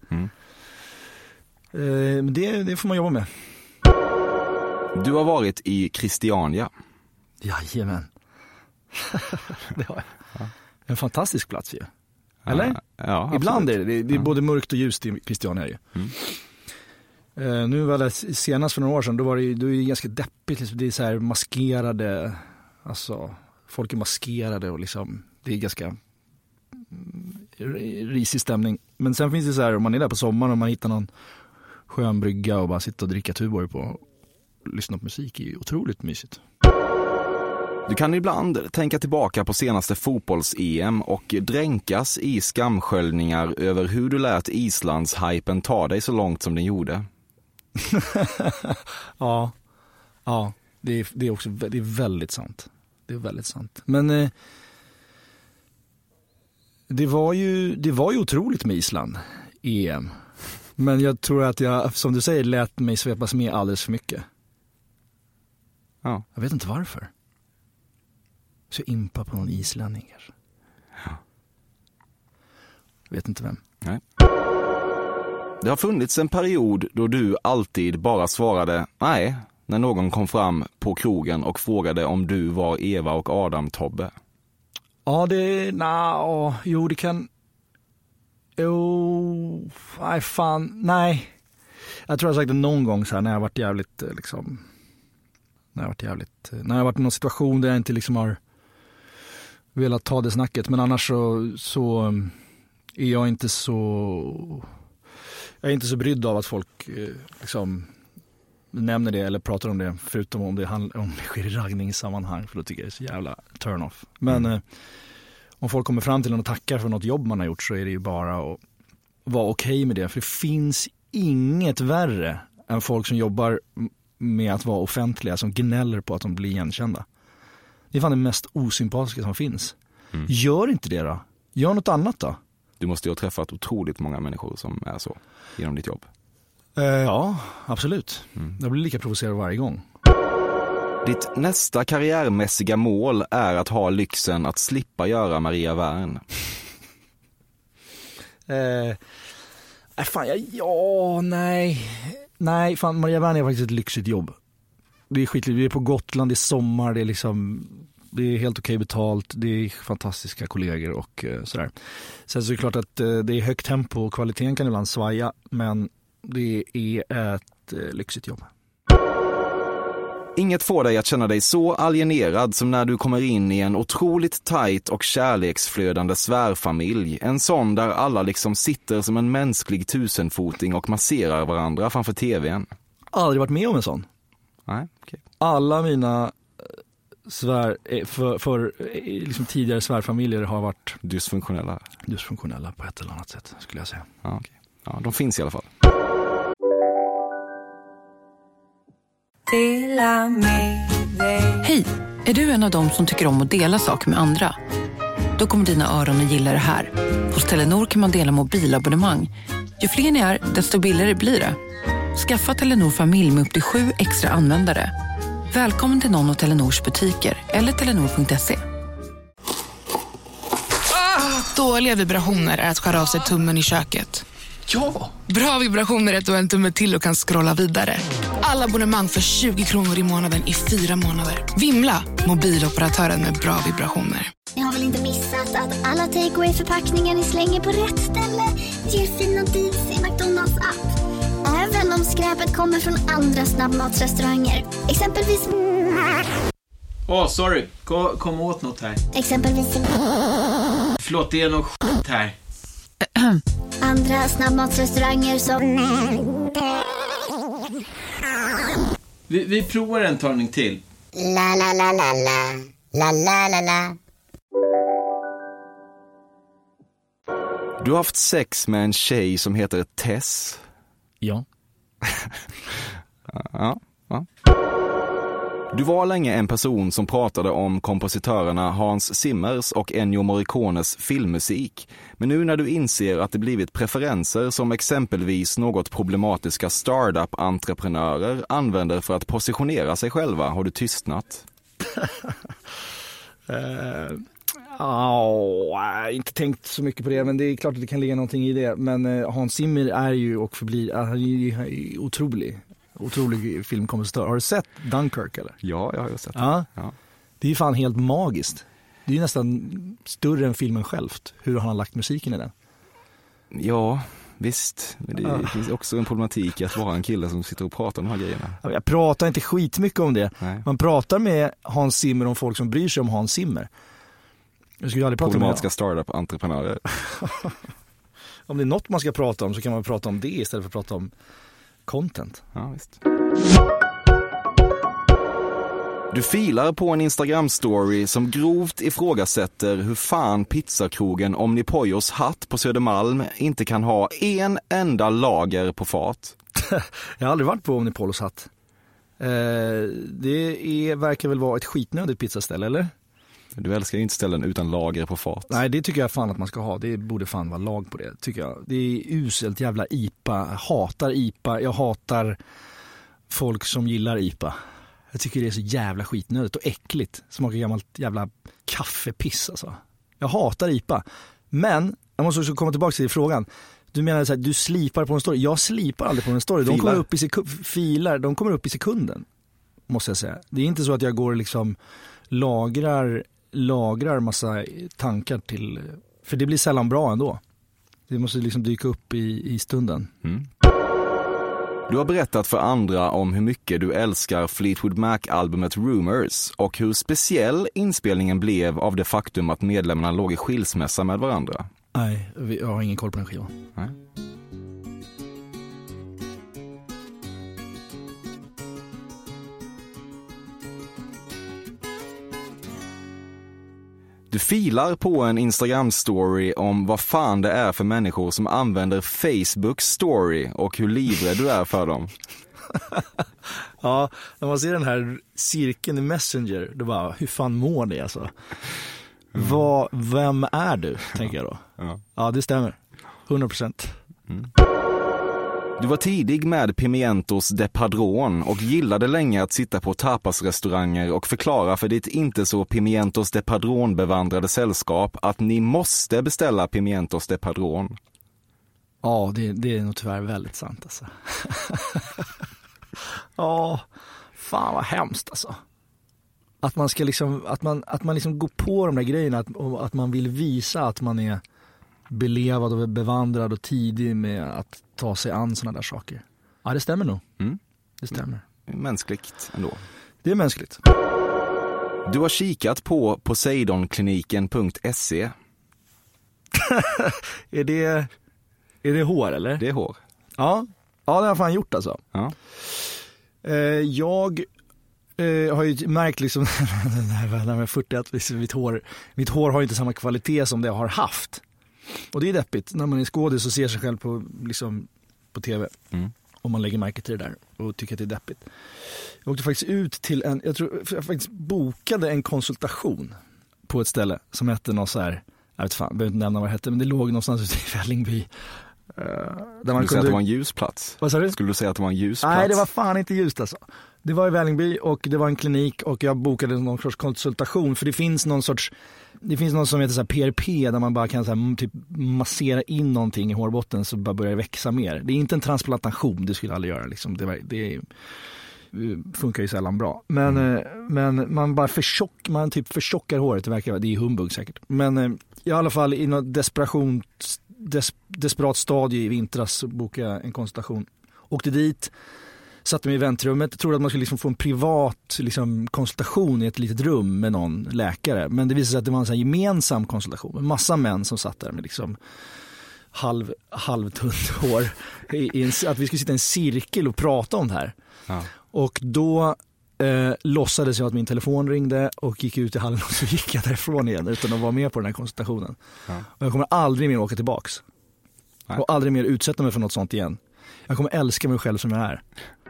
Men det får man jobba med. Du har varit i Christiania. Jajamän. Det har jag. En fantastisk plats ju. Eller? Ja, ibland är det är både mörkt och ljust i Christiania ju. Nu var det senast för några år sedan, då är det ganska deppigt liksom. Det är så här maskerade, alltså folk är maskerade och liksom det är ganska risig stämning. Men sen finns det så här, om man är där på sommaren och man hittar någon skön brygga och bara sitta och dricka Tuborg på och lyssna på musik, är otroligt mysigt. Du kan ibland tänka tillbaka på senaste fotbolls-EM och dränkas i skamsköljningar över hur du lät Islands-hypen ta dig så långt som den gjorde. Ja, det är också det är väldigt sant. Det är väldigt sant. Men det var ju otroligt med Island EM. Men jag tror att jag, som du säger, lät mig svepas med alldeles för mycket. Ja. Jag vet inte varför. Så impa på någon islänning. Ja. Vet inte vem. Nej. Det har funnits en period då du alltid bara svarade nej när någon kom fram på krogen och frågade om du var Eva och Adam Tobbe. Ja, det kan... Nej. Jag tror jag har sagt det någon gång så här när jag har varit jävligt liksom... När jag har varit i någon situation där jag inte liksom har velat ta det snacket. Men annars så är jag inte så... Jag är inte så brydd av att folk liksom nämner det eller pratar om det, förutom om det sker i raggningssammanhang, för då tycker jag det är så jävla turn off. Men om folk kommer fram till en och tackar för något jobb man har gjort, så är det ju bara att vara okej med det. För det finns inget värre än folk som jobbar med att vara offentliga som gnäller på att de blir igenkända. Det är fan det mest osympatiska som finns. Gör inte det då. Gör något annat då. Du måste ju ha träffat otroligt många människor som är så genom ditt jobb. Ja, absolut. Jag blir lika provocerad varje gång. Ditt nästa karriärmässiga mål är att ha lyxen att slippa göra Maria Wern. Nej, fan, Maria Wern är faktiskt ett lyxigt jobb. Det är skitligt. Vi är på Gotland, det är sommar, det är helt okej betalt, det är fantastiska kollegor och sådär. Sen så är det klart att det är högt tempo och kvaliteten kan ibland svaja, men det är ett lyxigt jobb. Inget får dig att känna dig så alienerad som när du kommer in i en otroligt tajt och kärleksflödande svärfamilj. En sån där alla liksom sitter som en mänsklig tusenfoting och masserar varandra framför tvn. Aldrig varit med om en sån. Nej, okej. Alla mina liksom tidigare svärfamiljer har varit dysfunktionella på ett eller annat sätt, skulle jag säga. Ja, okej. Ja, de finns i alla fall. Hej, är du en av dem som tycker om att dela saker med andra? Då kommer dina öron att gilla det här. Hos Telenor kan man dela mobilabonnemang. Ju fler ni är, desto billigare blir det. Skaffa Telenor familj med upp till 7 extra användare. Välkommen till någon av Telenors butiker eller telenor.se. Dåliga vibrationer är att skära av sig tummen i köket. Ja! Bra vibrationer är att du har en tumme till och kan scrolla vidare. Alla abonnemang för 20 kronor i månaden i 4 månader. Vimla, mobiloperatören med bra vibrationer. Ni har väl inte missat att alla takeaway-förpackningar ni slänger på rätt ställe ger fina deals i McDonalds app. Även om skräpet kommer från andra snabbmatsrestauranger. Exempelvis... sorry. Kom åt något här. Exempelvis... Förlåt, det är något skit här. Andra snabbmatsrestauranger som... Vi provar en talning till. La la la la la. La la la la. Du har haft sex med en tjej som heter Tess. Ja. Ja. Du var länge en person som pratade om kompositörerna Hans Zimmers och Ennio Morricones filmmusik. Men nu när du inser att det blivit preferenser som exempelvis något problematiska startup-entreprenörer använder för att positionera sig själva, har du tystnat? Inte tänkt så mycket på det, men det är klart att det kan ligga någonting i det. Men Hans Zimmer är ju och förblir otrolig filmkompositör. Har du sett Dunkirk eller? Ja, jag har ju sett det. Ja. Ja. Det är ju fan helt magiskt. Det är ju nästan större än filmen självt, hur han har lagt musiken i den. Ja, visst. Men det finns också en problematik att vara en kille som sitter och pratar om de här grejerna. Jag pratar inte skitmycket om det. Nej. Man pratar med Hans Zimmer om folk som bryr sig om Hans Zimmer. Jag skulle aldrig prata problematiska startup-entreprenörer. Om det är något man ska prata om så kan man prata om det istället för att prata om content. Ja, visst. Du filar på en Instagram-story som grovt ifrågasätter hur fan pizzakrogen Omnipollos hatt på Södermalm inte kan ha en enda lager på fat. Jag har aldrig varit på Omnipollos hatt. Det verkar väl vara ett skitnödigt pizzaställe, eller? Du älskar inte ställen utan lager på fat. Nej, det tycker jag fan att man ska ha. Det borde fan vara lag på det, tycker jag. Det är uselt jävla IPA. Jag hatar IPA. Jag hatar folk som gillar IPA. Jag tycker det är så jävla skitnödigt och äckligt. Smakar gammalt jävla kaffepiss alltså. Jag hatar IPA. Men jag måste också komma tillbaka till frågan. Du menar så här, du slipar på en story. Jag slipar aldrig på en story. De kommer upp i sekunden. Måste jag säga. Det är inte så att jag går och liksom lagrar massa tankar till, för det blir sällan bra ändå. Det måste liksom dyka upp i stunden. Du har berättat för andra om hur mycket du älskar Fleetwood Mac-albumet Rumors och hur speciell inspelningen blev av det faktum att medlemmarna låg i skilsmässa med varandra. Nej, jag har ingen koll på den skivan. Nej. Du filar på en Instagram-story om vad fan det är för människor som använder Facebook-story och hur livrädd du är för dem. Ja, när man ser den här cirkeln i Messenger, då bara, hur fan mår ni alltså? Vem är du, tänker jag då. Ja, det stämmer. 100%. Du var tidig med Pimientos de Padrón och gillade länge att sitta på tapasrestauranger och förklara för ditt inte så Pimientos de Padrón bevandrade sällskap att ni måste beställa Pimientos de Padrón. Ja, det är nog tyvärr väldigt sant alltså. Ja, fan vad hemskt alltså. Att man ska liksom, att man liksom går på de där grejerna, att man vill visa att man är belevad och bevandrad och tidig med att ta sig an såna där saker. Ja, det stämmer nog. Det stämmer. Mänskligt ändå. Det är mänskligt. Du har kikat på poseidonkliniken.se. Är det hår eller? Det är hår. Ja, det har jag fan gjort alltså. Ja. Jag har ju märkt liksom när jag 40 att mitt hår har inte samma kvalitet som det har haft. Och det är deppigt när man är skådis och ser sig själv på tv. Och man lägger märke till det där och tycker att det är deppigt. Jag åkte faktiskt ut till jag faktiskt bokade en konsultation på ett ställe som hette något så här, jag vet fan, jag behöver inte nämna vad det hette, men det låg någonstans ute i Vällingby. Där man säga att det var en ljusplats? Vad sa du? Skulle du säga att det var en ljusplats? Nej, det var fan inte ljust alltså. Det var i Vällingby och det var en klinik och jag bokade någon sorts konsultation, för det finns någon som heter så här PRP där man bara kan så här, typ massera in någonting i hårbotten så bara börjar det växa mer. Det är inte en transplantation, det skulle jag aldrig göra liksom. Det funkar ju sällan bra. Men man bara förtjockar håret, det är humbug säkert. Men i alla fall i något desperat stadie i vintras så bokade jag en konsultation. Åkte dit, satte mig i väntrummet, trodde att man skulle liksom få en privat liksom konsultation i ett litet rum med någon läkare. Men det visade sig att det var en sån här gemensam konsultation med massa män som satt där med liksom halvtunt hår. Att vi skulle sitta i en cirkel och prata om det här. Ja. Och då låtsades jag att min telefon ringde och gick ut i hallen och så gick jag därifrån igen utan att vara med på den här konsultationen. Ja. Och jag kommer aldrig mer åka tillbaks. Nej. Och aldrig mer utsätta mig för något sånt igen. Jag kommer älska mig själv som jag är.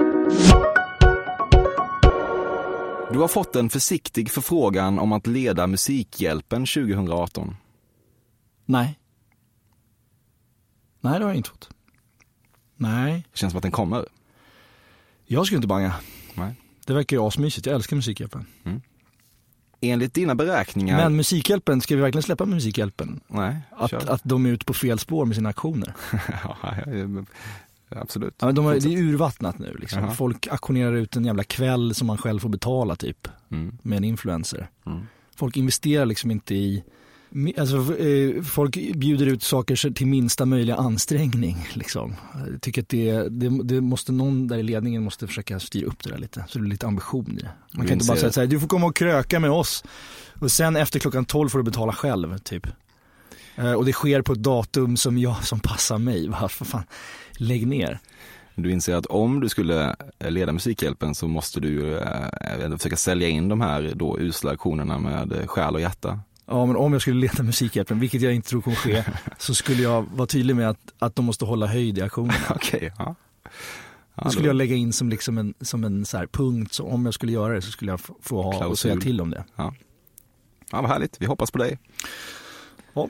Du har fått en försiktig förfrågan om att leda Musikhjälpen 2018. Nej, det har jag inte fått. Nej. Det känns som att den kommer. Jag skulle inte banga. Nej. Det verkar ju asmysigt. Jag älskar Musikhjälpen. Enligt dina beräkningar... Men Musikhjälpen, ska vi verkligen släppa Musikhjälpen? Nej, att de är ute på fel spår med sina aktioner. Absolut. Ja, men det är urvattnat nu liksom. Uh-huh. Folk aktionerar ut en jävla kväll som man själv får betala typ med en influencer. Folk investerar liksom inte i folk bjuder ut saker till minsta möjliga ansträngning liksom. Jag tycker att det måste någon där i ledningen måste försöka styra upp det där lite, så det är lite ambition i det. Man kan inte bara säga så här, du får komma och kröka med oss och sen efter klockan 12 får du betala själv typ. Och det sker på ett datum som passar mig. Varför fan, lägg ner. Du inser att om du skulle leda Musikhjälpen så måste du försöka sälja in de här då usla aktionerna med själ och hjärta. Ja, men om jag skulle leda Musikhjälpen, vilket jag inte tror kommer ske, så skulle jag vara tydlig med att de måste hålla höjd i aktionerna. Okej, ja. Då skulle jag lägga in som en så här punkt, så om jag skulle göra det så skulle jag få ha klausul och säga till om det. Ja, vad härligt. Vi hoppas på dig. Ja.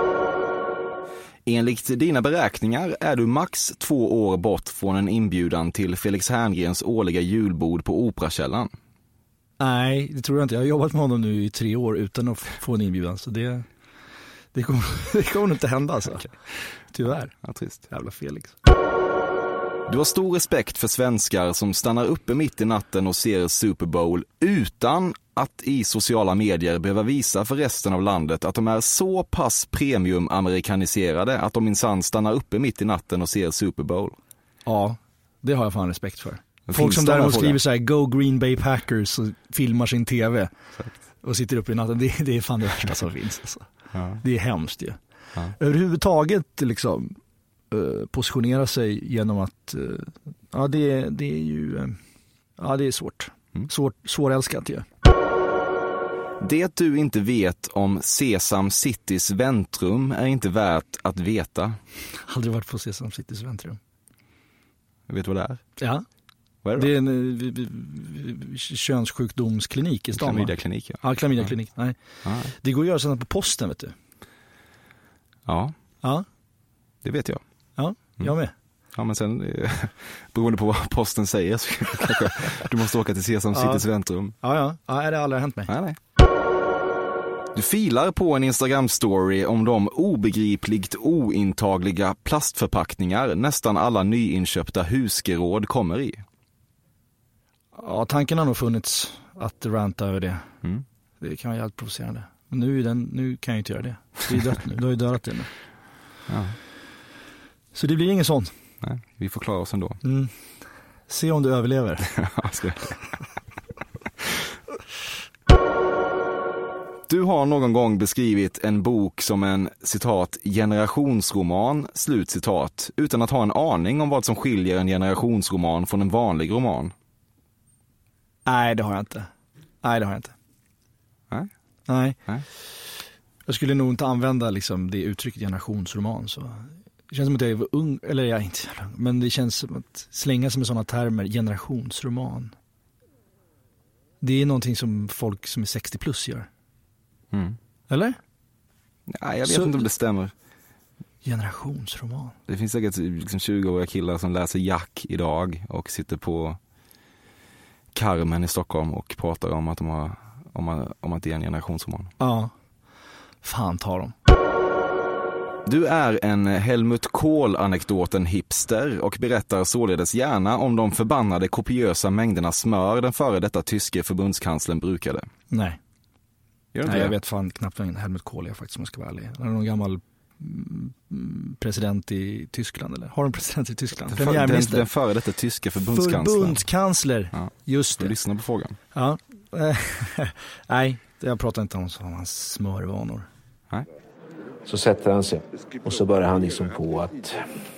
Enligt dina beräkningar är du max 2 år bort från en inbjudan till Felix Herngrens årliga julbord på Operakällan. Nej, det tror jag inte. Jag har jobbat med honom nu i 3 år utan att få en inbjudan. Så det kommer inte hända alltså. Okay. Tyvärr. Ja, trist. Jävla Felix. Du har stor respekt för svenskar som stannar uppe mitt i natten och ser Super Bowl utan att i sociala medier behöva visa för resten av landet att de är så pass premium-amerikaniserade att de minsann stannar uppe mitt i natten och ser Super Bowl. Ja, det har jag fan respekt för. Folk som däremot skriver så här, Go Green Bay Packers och filmar sin tv. Exakt. Och sitter uppe i natten, det är fan det värsta som finns alltså. Ja. Det är hemskt ju. Ja. Överhuvudtaget liksom positionera sig genom att det är ju det är svårt. Svårälskat ju. Det du inte vet om Sesam Citys väntrum är inte värt att veta. Aldrig varit på Sesam Citys väntrum. Vet du vad det är? Ja. Vad är Det är en könssjukdomsklinik i stan. Klamydiaklinik, ja. Ja, klamydiaklinik. Nej. Det går att göra sådana på posten, vet du. Ja. Ja. Det vet jag. Ja, jag med. Ja, men sen beroende på vad posten säger så kanske du måste åka till Sesam Citys väntrum. Ja, det har aldrig hänt mig. Nej. Du filar på en Instagram-story om de obegripligt ointagliga plastförpackningar nästan alla nyinköpta husgeråd kommer i. Ja, tanken har nog funnits att ranta över det. Det kan vara jävligt provocerande. Men nu kan jag inte göra det. Det är dött nu. Du har ju dödat det nu. Ja. Så det blir ingen sån. Nej, vi får klara oss ändå. Se om du överlever. Du har någon gång beskrivit en bok som en, citat, generationsroman, slutcitat, utan att ha en aning om vad som skiljer en generationsroman från en vanlig roman. Nej, det har jag inte. Nej. Jag skulle nog inte använda liksom det uttrycket generationsroman. Så. Det känns som att jag är ung, eller jag är inte, men det känns som att slänga sig med sådana termer, generationsroman. Det är någonting som folk som är 60 plus gör. Eller? Nej, jag vet inte om det stämmer. Generationsroman. Det finns säkert liksom 20-åriga killar som läser Jack idag och sitter på Carmen i Stockholm och pratar om att om att det är en generationsroman. Ja. Fan tar dem. Du är en Helmut Kohl-anekdoten hipster och berättar således gärna om de förbannade kopiösa mängderna smör den före detta tyske förbundskanslern brukade. Nej. Nej, jag vet fan knappt vem Helmut Kohl är faktiskt, om jag ska vara ärlig. Han är någon gammal president i Tyskland, eller? Har de president i Tyskland? Den före detta tyska förbundskansler. Ja. Just det. Lyssna på frågan. Ja. Nej, jag pratar inte om hans smörvanor. Nej. Så sätter han sig och så börjar han liksom på att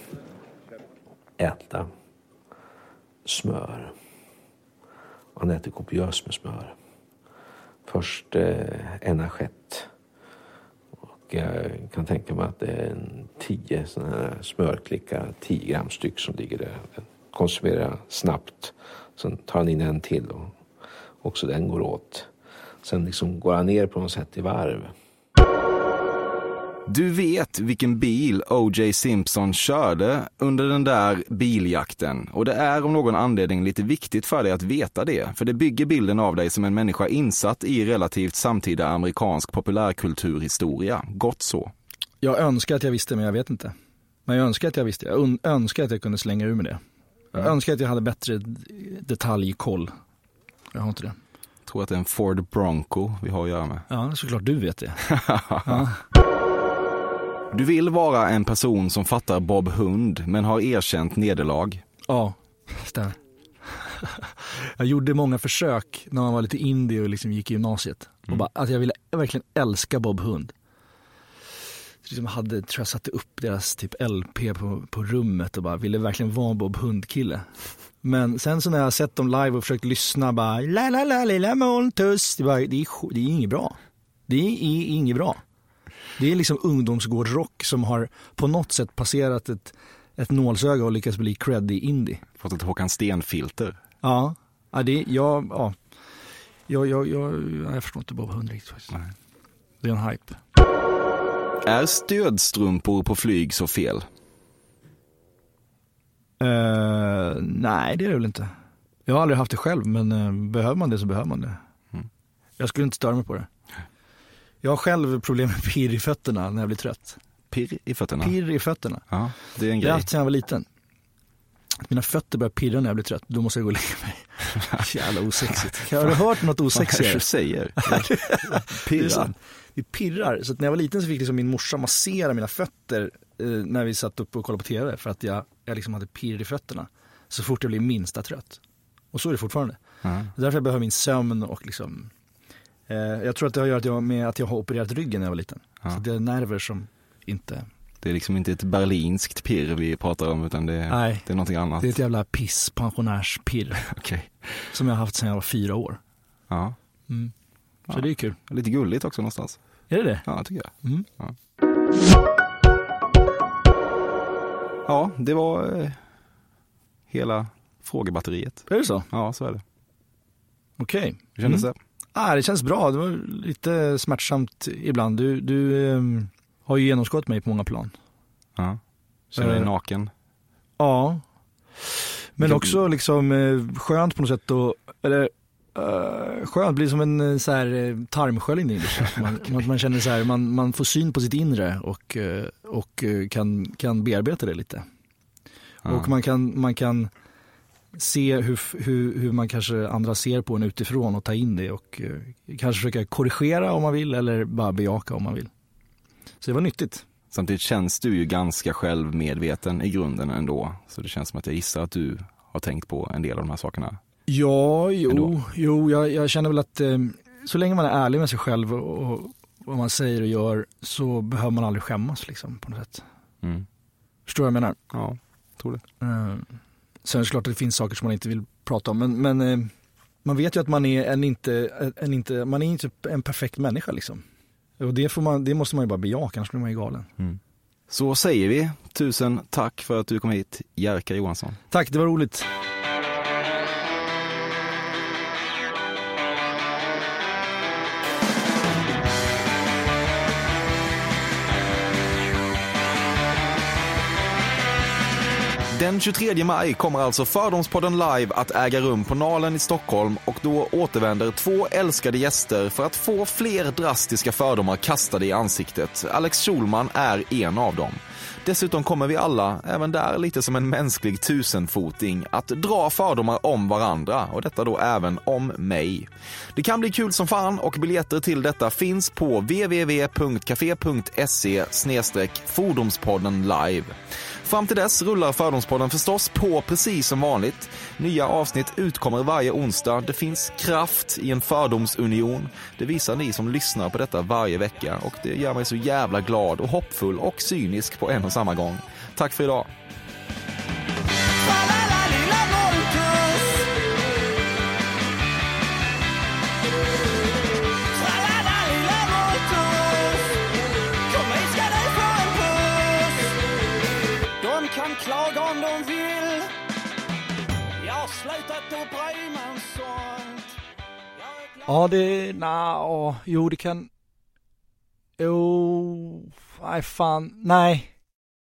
äta smör. Han äter kopiöst med smör. Först en assiett. Och jag kan tänka mig att det är 10 sådana här smörklickar, 10 gram styck som ligger där. Konsumerar snabbt. Sen tar han in en till och också den går åt. Sen liksom går han ner på något sätt i varv. Du vet vilken bil O.J. Simpson körde under den där biljakten. Och det är av någon anledning lite viktigt för dig att veta det. För det bygger bilden av dig som en människa insatt i relativt samtida amerikansk populärkulturhistoria. Gott så. Jag önskar att jag visste, men jag vet inte. Men jag önskar att jag visste. Jag önskar att jag kunde slänga ur med det. Jag önskar att jag hade bättre detaljkoll. Jag har inte det. Jag tror att det är en Ford Bronco vi har att göra med. Ja, såklart du vet det. Ja. Du vill vara en person som fattar Bob Hund men har erkänt nederlag. Ja, stämmer. Jag gjorde många försök när man var lite indie och liksom gick i gymnasiet. Och bara, att jag ville verkligen älska Bob Hund. Jag tror jag satte upp deras typ LP på rummet och bara ville verkligen vara Bob Hund-kille. Men sen så när jag sett dem live och försökt lyssna bara la la la lilla molntuss, det är inget bra. Det är inget bra. Det är liksom ungdomsgårdrock som har på något sätt passerat ett nålsöga och lyckats bli creddy indie. Fått ett Håkan Sten-filter. Ja, jag förstår inte Bob Hund riktigt faktiskt. Nej. Det är en hype. Är stödstrumpor på flyg så fel? Nej, det är det väl inte. Jag har aldrig haft det själv, men behöver man det så behöver man det. Jag skulle inte störa mig på det. Jag har själv problem med pirr i fötterna när jag blir trött. Pirr i fötterna? Pirr i fötterna. Ja, det är en grej. Jag har haft sedan jag var liten. Mina fötter börjar pirra när jag blir trött. Då måste jag gå och lägga mig. Jävla osexigt. Har du hört något osexigt? Vad du säger? Pirrar. Det pirrar. Så att när jag var liten så fick liksom min morsa massera mina fötter när vi satt upp och kollade på tv. För att jag liksom hade pirr i fötterna. Så fort jag blev minsta trött. Och så är det fortfarande. Därför jag behöver min sömn och liksom... jag tror att det har att göra med att jag har opererat ryggen när jag var liten. Så det är nerver som inte... Det är liksom inte ett berlinskt pirr vi pratar om, utan det är någonting annat. Det är ett jävla pensionärspirr. Okay. Som jag har haft sedan jag var 4 år. Ja. Så det är kul. Lite gulligt också någonstans. Är det? Ja, tycker jag. Ja, det var hela frågebatteriet. Är det så? Ja, så är det. Okej. Hur kändes det? Det känns bra. Det var lite smärtsamt ibland. Du har ju genomskådat mig på många plan. Ja. Känner dig naken? Ja. Men också liksom skönt på något sätt. Skönt blir som en så här tarmsköljning. Man känner så här, man får syn på sitt inre och kan bearbeta det lite. Ja. Och man kan se hur man kanske andra ser på en utifrån och ta in det och kanske försöka korrigera om man vill eller bara bejaka om man vill. Så det var nyttigt. Samtidigt känns du ju ganska självmedveten i grunden ändå. Så det känns som att jag gissar att du har tänkt på en del av de här sakerna. Ja, jag känner väl att så länge man är ärlig med sig själv och vad man säger och gör så behöver man aldrig skämmas liksom, på något sätt. Förstår du vad jag menar? Ja, tror det. Sen är det klart att det finns saker som man inte vill prata om. Men man vet ju att man är inte en perfekt människa liksom. Och det måste man ju bara bejaka, annars blir man ju galen. Så säger vi. 1000 tack för att du kom hit, Jerka Johansson. Tack, det var roligt. Den 23 maj kommer alltså Fördomspodden live att äga rum på Nalen i Stockholm och då återvänder 2 älskade gäster för att få fler drastiska fördomar kastade i ansiktet. Alex Schulman är en av dem. Dessutom kommer vi alla, även där lite som en mänsklig tusenfoting, att dra fördomar om varandra och detta då även om mig. Det kan bli kul som fan och biljetter till detta finns på www.cafe.se/Fördomspodden live. Fram till dess rullar Fördomspodden förstås på precis som vanligt. Nya avsnitt utkommer varje onsdag. Det finns kraft i en fördomsunion. Det visar ni som lyssnar på detta varje vecka och det gör mig så jävla glad och hoppfull och cynisk på en och samma gång. Tack för idag. Klaga om de vill. Jag har slutat att bry mig om sånt. Nej,